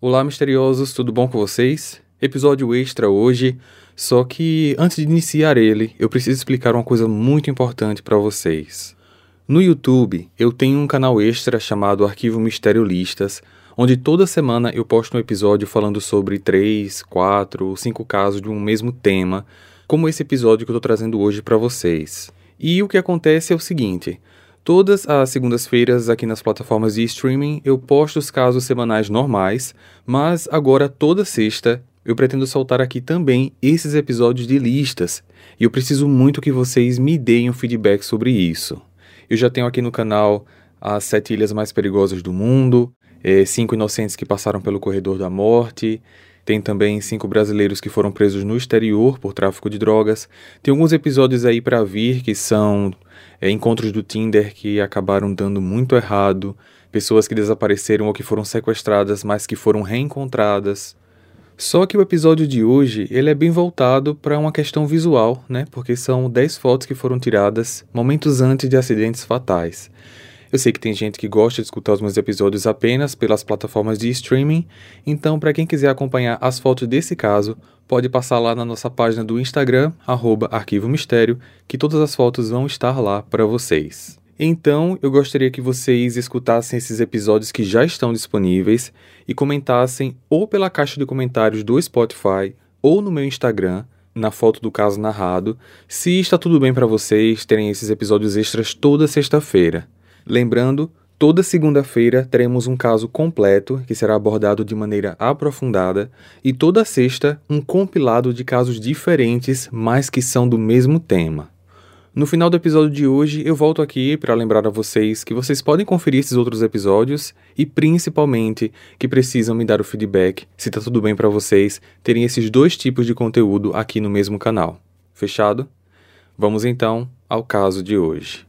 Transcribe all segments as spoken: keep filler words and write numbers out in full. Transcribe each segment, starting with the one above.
Olá, misteriosos, tudo bom com vocês? Episódio extra hoje, só que antes de iniciar ele, eu preciso explicar uma coisa muito importante para vocês. No YouTube, eu tenho um canal extra chamado Arquivo Mistério Listas, onde toda semana eu posto um episódio falando sobre três, quatro ou cinco casos de um mesmo tema, como esse episódio que eu estou trazendo hoje para vocês. E o que acontece é o seguinte: todas as segundas-feiras aqui nas plataformas de streaming eu posto os casos semanais normais, mas agora toda sexta eu pretendo soltar aqui também esses episódios de listas, e eu preciso muito que vocês me deem um feedback sobre isso. Eu já tenho aqui no canal as sete ilhas mais perigosas do mundo, é, cinco inocentes que passaram pelo corredor da morte, tem também cinco brasileiros que foram presos no exterior por tráfico de drogas, tem alguns episódios aí para vir que são é, encontros do Tinder que acabaram dando muito errado, pessoas que desapareceram ou que foram sequestradas, mas que foram reencontradas. Só que o episódio de hoje ele é bem voltado para uma questão visual, né? Porque são dez fotos que foram tiradas momentos antes de acidentes fatais. Eu sei que tem gente que gosta de escutar os meus episódios apenas pelas plataformas de streaming, então para quem quiser acompanhar as fotos desse caso, pode passar lá na nossa página do Instagram, arroba Arquivo Mistério, que todas as fotos vão estar lá para vocês. Então, eu gostaria que vocês escutassem esses episódios que já estão disponíveis e comentassem ou pela caixa de comentários do Spotify ou no meu Instagram, na foto do caso narrado, se está tudo bem para vocês terem esses episódios extras toda sexta-feira. Lembrando, toda segunda-feira teremos um caso completo que será abordado de maneira aprofundada e toda sexta um compilado de casos diferentes, mas que são do mesmo tema. No final do episódio de hoje, eu volto aqui para lembrar a vocês que vocês podem conferir esses outros episódios e, principalmente, que precisam me dar o feedback se está tudo bem para vocês terem esses dois tipos de conteúdo aqui no mesmo canal. Fechado? Vamos então ao caso de hoje.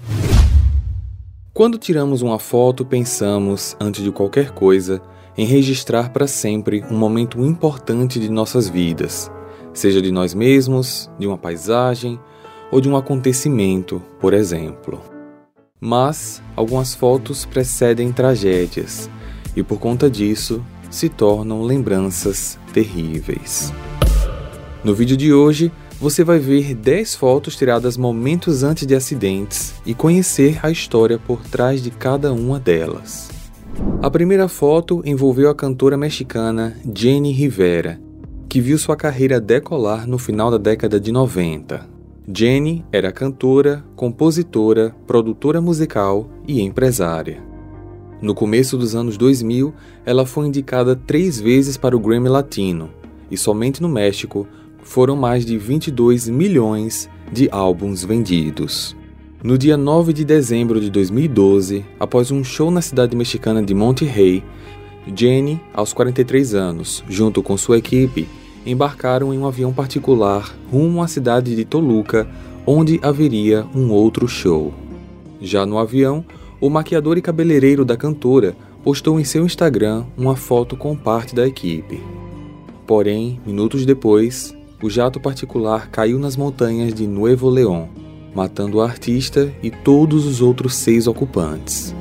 Quando tiramos uma foto, pensamos, antes de qualquer coisa, em registrar para sempre um momento importante de nossas vidas, seja de nós mesmos, de uma paisagem ou de um acontecimento, por exemplo. Mas algumas fotos precedem tragédias e, por conta disso, se tornam lembranças terríveis. No vídeo de hoje, você vai ver dez fotos tiradas momentos antes de acidentes e conhecer a história por trás de cada uma delas. A primeira foto envolveu a cantora mexicana Jenny Rivera, que viu sua carreira decolar no final da década de noventa. Jenny era cantora, compositora, produtora musical e empresária. No começo dos anos dois mil, ela foi indicada três vezes para o Grammy Latino, e somente no México foram mais de vinte e dois milhões de álbuns vendidos. No dia nove de dezembro de dois mil e doze, após um show na cidade mexicana de Monterrey, Jenny, aos quarenta e três anos, junto com sua equipe, embarcaram em um avião particular rumo à cidade de Toluca, onde haveria um outro show. Já no avião, o maquiador e cabeleireiro da cantora postou em seu Instagram uma foto com parte da equipe. Porém, minutos depois, o jato particular caiu nas montanhas de Nuevo León, matando a artista e todos os outros seis ocupantes.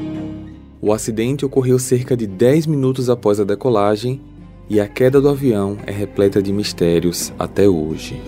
O acidente ocorreu cerca de dez minutos após a decolagem e a queda do avião é repleta de mistérios até hoje.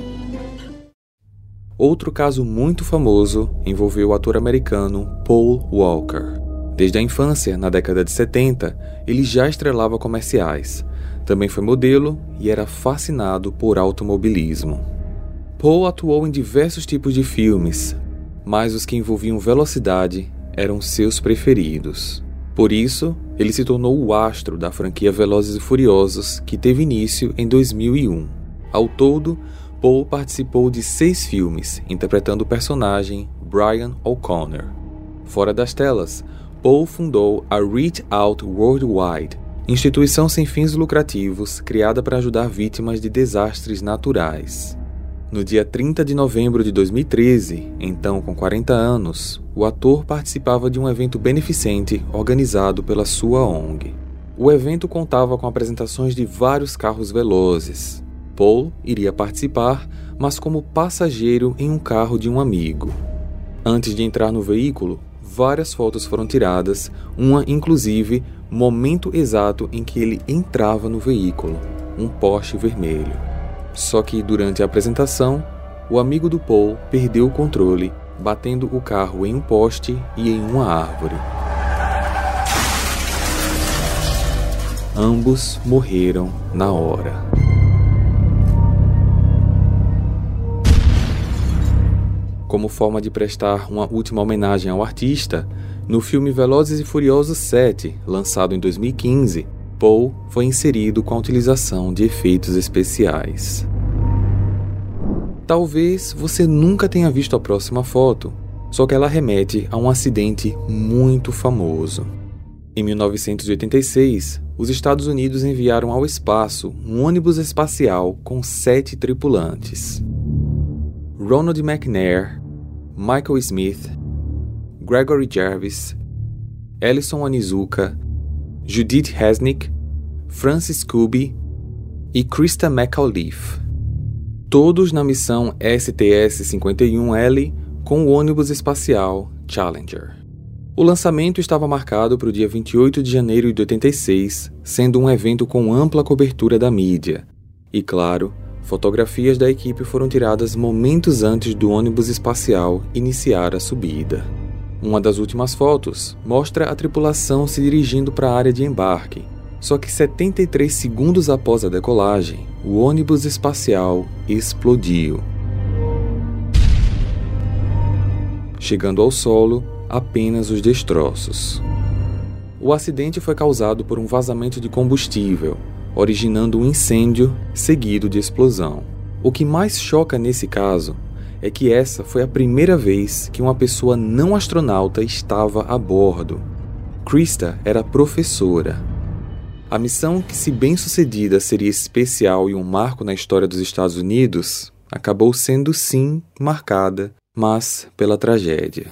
Outro caso muito famoso envolveu o ator americano Paul Walker. Desde a infância, na década de setenta, ele já estrelava comerciais. Também foi modelo e era fascinado por automobilismo. Paul atuou em diversos tipos de filmes, mas os que envolviam velocidade eram seus preferidos. Por isso, ele se tornou o astro da franquia Velozes e Furiosos, que teve início em dois mil e um. Ao todo, Paul participou de seis filmes, interpretando o personagem Brian O'Connor. Fora das telas, Paul fundou a Reach Out Worldwide, instituição sem fins lucrativos criada para ajudar vítimas de desastres naturais. No dia trinta de novembro de dois mil e treze, então com quarenta anos, o ator participava de um evento beneficente organizado pela sua O N G. O evento contava com apresentações de vários carros velozes. Paul iria participar, mas como passageiro em um carro de um amigo. Antes de entrar no veículo, várias fotos foram tiradas, uma inclusive momento exato em que ele entrava no veículo, um Porsche vermelho. Só que durante a apresentação, o amigo do Paul perdeu o controle, batendo o carro em um poste e em uma árvore. Ambos morreram na hora. Como forma de prestar uma última homenagem ao artista, no filme Velozes e Furiosos sete, lançado em dois mil e quinze, Paul foi inserido com a utilização de efeitos especiais. Talvez você nunca tenha visto a próxima foto, só que ela remete a um acidente muito famoso. Em mil novecentos e oitenta e seis, os Estados Unidos enviaram ao espaço um ônibus espacial com sete tripulantes. Ronald McNair, Michael Smith, Gregory Jarvis, Ellison Onizuka, Judith Resnick, Francis Kuby e Krista McAuliffe. Todos na missão S T S cinquenta e um L com o ônibus espacial Challenger. O lançamento estava marcado para o dia vinte e oito de janeiro de oitenta e seis, sendo um evento com ampla cobertura da mídia. E claro, fotografias da equipe foram tiradas momentos antes do ônibus espacial iniciar a subida. Uma das últimas fotos mostra a tripulação se dirigindo para a área de embarque, só que setenta e três segundos após a decolagem, o ônibus espacial explodiu. Chegando ao solo, apenas os destroços. O acidente foi causado por um vazamento de combustível, originando um incêndio seguido de explosão. O que mais choca nesse caso é que essa foi a primeira vez que uma pessoa não astronauta estava a bordo. Krista era professora. A missão, que se bem sucedida seria especial e um marco na história dos Estados Unidos, acabou sendo sim marcada, mas pela tragédia.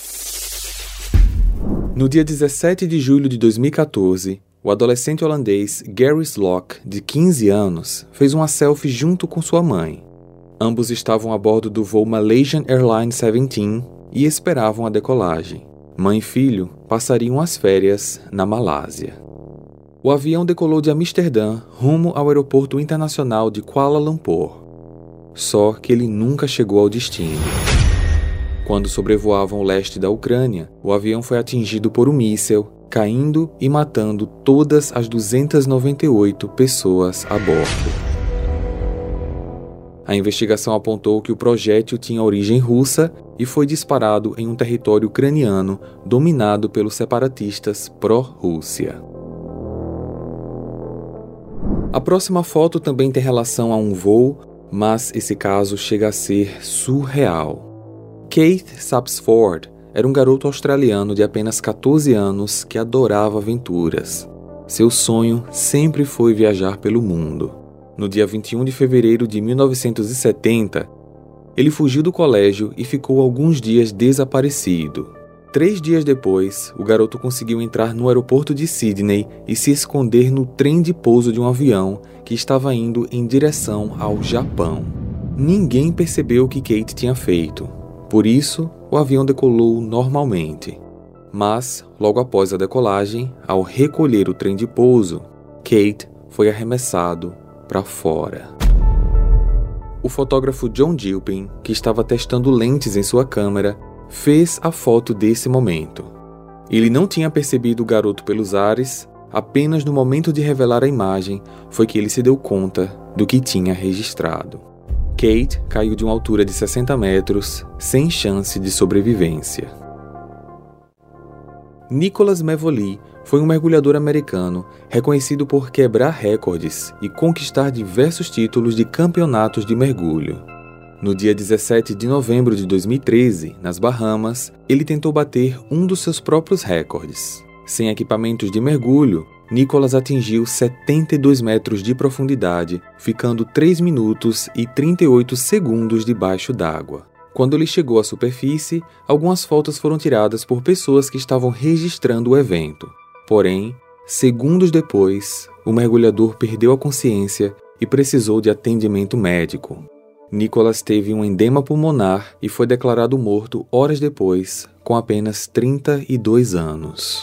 No dia dezessete de julho de dois mil e quatorze, o adolescente holandês Gary Slock, de quinze anos, fez uma selfie junto com sua mãe. Ambos estavam a bordo do voo Malaysian Airlines dezessete e esperavam a decolagem. Mãe e filho passariam as férias na Malásia. O avião decolou de Amsterdã rumo ao aeroporto internacional de Kuala Lumpur. Só que ele nunca chegou ao destino. Quando sobrevoavam o leste da Ucrânia, o avião foi atingido por um míssil, caindo e matando todas as duzentas e noventa e oito pessoas a bordo. A investigação apontou que o projétil tinha origem russa e foi disparado em um território ucraniano dominado pelos separatistas pró-Rússia. A próxima foto também tem relação a um voo, mas esse caso chega a ser surreal. Keith Sapsford era um garoto australiano de apenas quatorze anos que adorava aventuras. Seu sonho sempre foi viajar pelo mundo. No dia vinte e um de fevereiro de mil novecentos e setenta, ele fugiu do colégio e ficou alguns dias desaparecido. Três dias depois, o garoto conseguiu entrar no aeroporto de Sydney e se esconder no trem de pouso de um avião que estava indo em direção ao Japão. Ninguém percebeu o que Kate tinha feito. Por isso, o avião decolou normalmente. Mas, logo após a decolagem, ao recolher o trem de pouso, Kate foi arremessado para fora. O fotógrafo John Gilpin, que estava testando lentes em sua câmera, fez a foto desse momento. Ele não tinha percebido o garoto pelos ares, apenas no momento de revelar a imagem foi que ele se deu conta do que tinha registrado. Kate caiu de uma altura de sessenta metros, sem chance de sobrevivência. Nicholas Mevoli foi um mergulhador americano reconhecido por quebrar recordes e conquistar diversos títulos de campeonatos de mergulho. No dia dezessete de novembro de dois mil e treze, nas Bahamas, ele tentou bater um dos seus próprios recordes. Sem equipamentos de mergulho, Nicholas atingiu setenta e dois metros de profundidade, ficando três minutos e trinta e oito segundos debaixo d'água. Quando ele chegou à superfície, algumas fotos foram tiradas por pessoas que estavam registrando o evento. Porém, segundos depois, o mergulhador perdeu a consciência e precisou de atendimento médico. Nicholas teve um edema pulmonar e foi declarado morto horas depois, com apenas trinta e dois anos.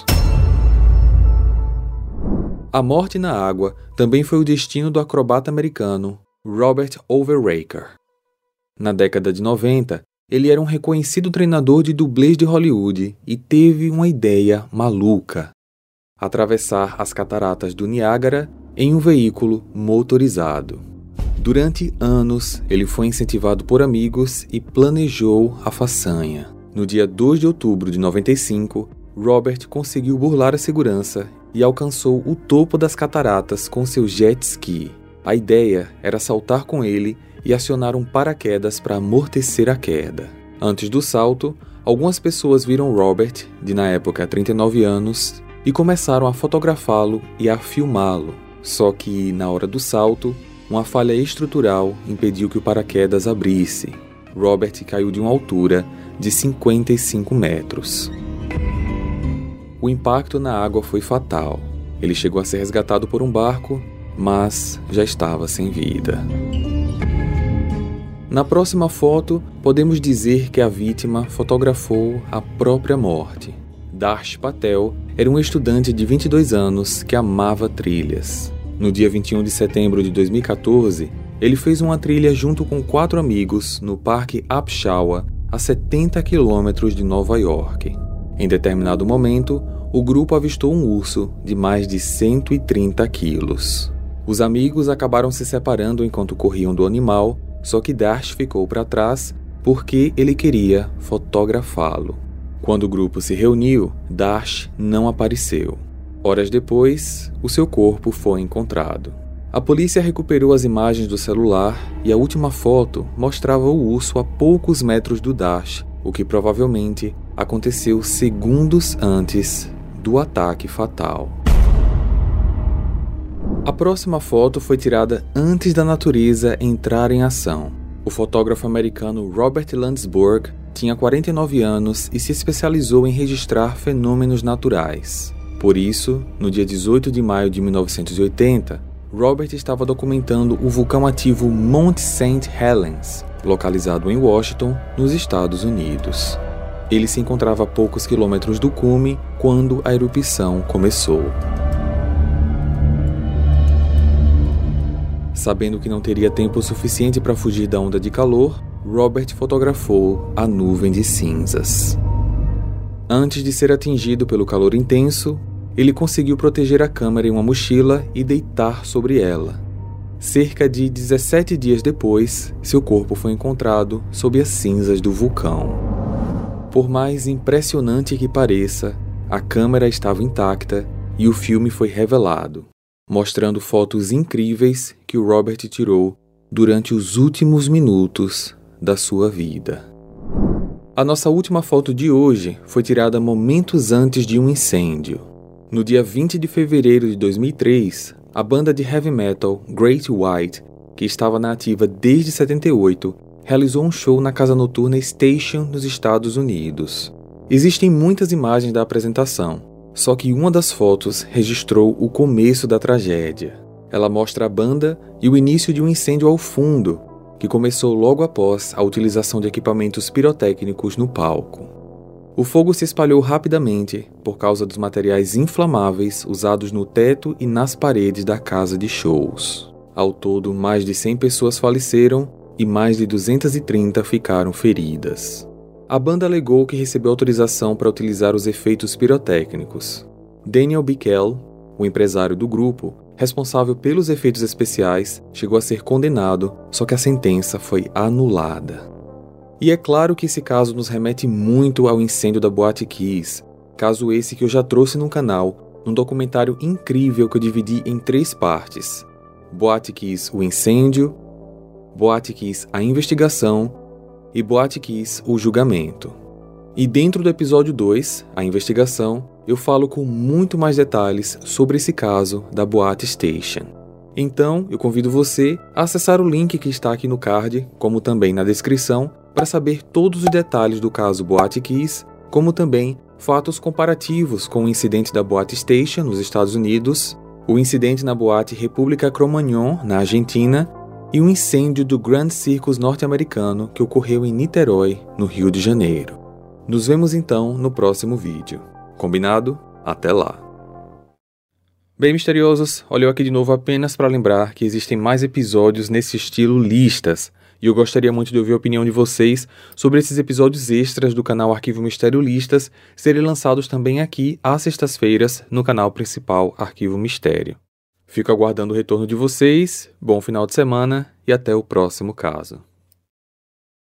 A morte na água também foi o destino do acrobata americano Robert Overrecker. Na década de noventa, ele era um reconhecido treinador de dublês de Hollywood e teve uma ideia maluca: atravessar as cataratas do Niágara em um veículo motorizado. Durante anos, ele foi incentivado por amigos e planejou a façanha. No dia dois de outubro de noventa e cinco, Robert conseguiu burlar a segurança e alcançou o topo das cataratas com seu jet ski. A ideia era saltar com ele e acionar um paraquedas para amortecer a queda. Antes do salto, algumas pessoas viram Robert, de na época trinta e nove anos, e começaram a fotografá-lo e a filmá-lo. Só que, na hora do salto, uma falha estrutural impediu que o paraquedas abrisse. Robert caiu de uma altura de cinquenta e cinco metros. O impacto na água foi fatal. Ele chegou a ser resgatado por um barco, mas já estava sem vida. Na próxima foto, podemos dizer que a vítima fotografou a própria morte. Darsh Patel era um estudante de vinte e dois anos que amava trilhas. No dia vinte e um de setembro de dois mil e quatorze, ele fez uma trilha junto com quatro amigos no Parque Upshawa, a setenta quilômetros de Nova York. Em determinado momento, o grupo avistou um urso de mais de cento e trinta quilos. Os amigos acabaram se separando enquanto corriam do animal, só que Darsh ficou para trás porque ele queria fotografá-lo. Quando o grupo se reuniu, Darsh não apareceu. Horas depois, o seu corpo foi encontrado. A polícia recuperou as imagens do celular e a última foto mostrava o urso a poucos metros do Darsh, o que provavelmente aconteceu segundos antes do ataque fatal. A próxima foto foi tirada antes da natureza entrar em ação. O fotógrafo americano Robert Landsberg tinha quarenta e nove anos e se especializou em registrar fenômenos naturais. Por isso, no dia dezoito de maio de mil novecentos e oitenta, Robert estava documentando o vulcão ativo Mount Saint Helens, localizado em Washington, nos Estados Unidos. Ele se encontrava a poucos quilômetros do cume quando a erupção começou. Sabendo que não teria tempo suficiente para fugir da onda de calor, Robert fotografou a nuvem de cinzas. Antes de ser atingido pelo calor intenso, ele conseguiu proteger a câmera em uma mochila e deitar sobre ela. Cerca de dezessete dias depois, seu corpo foi encontrado sob as cinzas do vulcão. Por mais impressionante que pareça, a câmera estava intacta e o filme foi revelado, mostrando fotos incríveis que o Robert tirou durante os últimos minutos da sua vida. A nossa última foto de hoje foi tirada momentos antes de um incêndio. No dia vinte de fevereiro de dois mil e três, a banda de heavy metal Great White, que estava na ativa desde setenta e oito, realizou um show na casa noturna Station, nos Estados Unidos. Existem muitas imagens da apresentação, só que uma das fotos registrou o começo da tragédia. Ela mostra a banda e o início de um incêndio ao fundo, que começou logo após a utilização de equipamentos pirotécnicos no palco. O fogo se espalhou rapidamente por causa dos materiais inflamáveis usados no teto e nas paredes da casa de shows. Ao todo, mais de cem pessoas faleceram e mais de duzentas e trinta ficaram feridas. A banda alegou que recebeu autorização para utilizar os efeitos pirotécnicos. Daniel Bickel, o empresário do grupo, responsável pelos efeitos especiais, chegou a ser condenado, só que a sentença foi anulada. E é claro que esse caso nos remete muito ao incêndio da Boate Kiss, caso esse que eu já trouxe no canal, num documentário incrível que eu dividi em três partes: Boate Kiss, o incêndio, Boate Kiss, a investigação e Boate Kiss, o julgamento. E dentro do episódio dois, a investigação, eu falo com muito mais detalhes sobre esse caso da Boate Station. Então, eu convido você a acessar o link que está aqui no card, como também na descrição, para saber todos os detalhes do caso Boate Kiss, como também fatos comparativos com o incidente da Boate Station, nos Estados Unidos, o incidente na Boate República Cromagnon, na Argentina, e o incêndio do Grand Circus norte-americano que ocorreu em Niterói, no Rio de Janeiro. Nos vemos então no próximo vídeo. Combinado? Até lá! Bem, misteriosos, olha eu aqui de novo apenas para lembrar que existem mais episódios nesse estilo listas, e eu gostaria muito de ouvir a opinião de vocês sobre esses episódios extras do canal Arquivo Mistério Listas serem lançados também aqui às sextas-feiras no canal principal Arquivo Mistério. Fico aguardando o retorno de vocês, bom final de semana e até o próximo caso.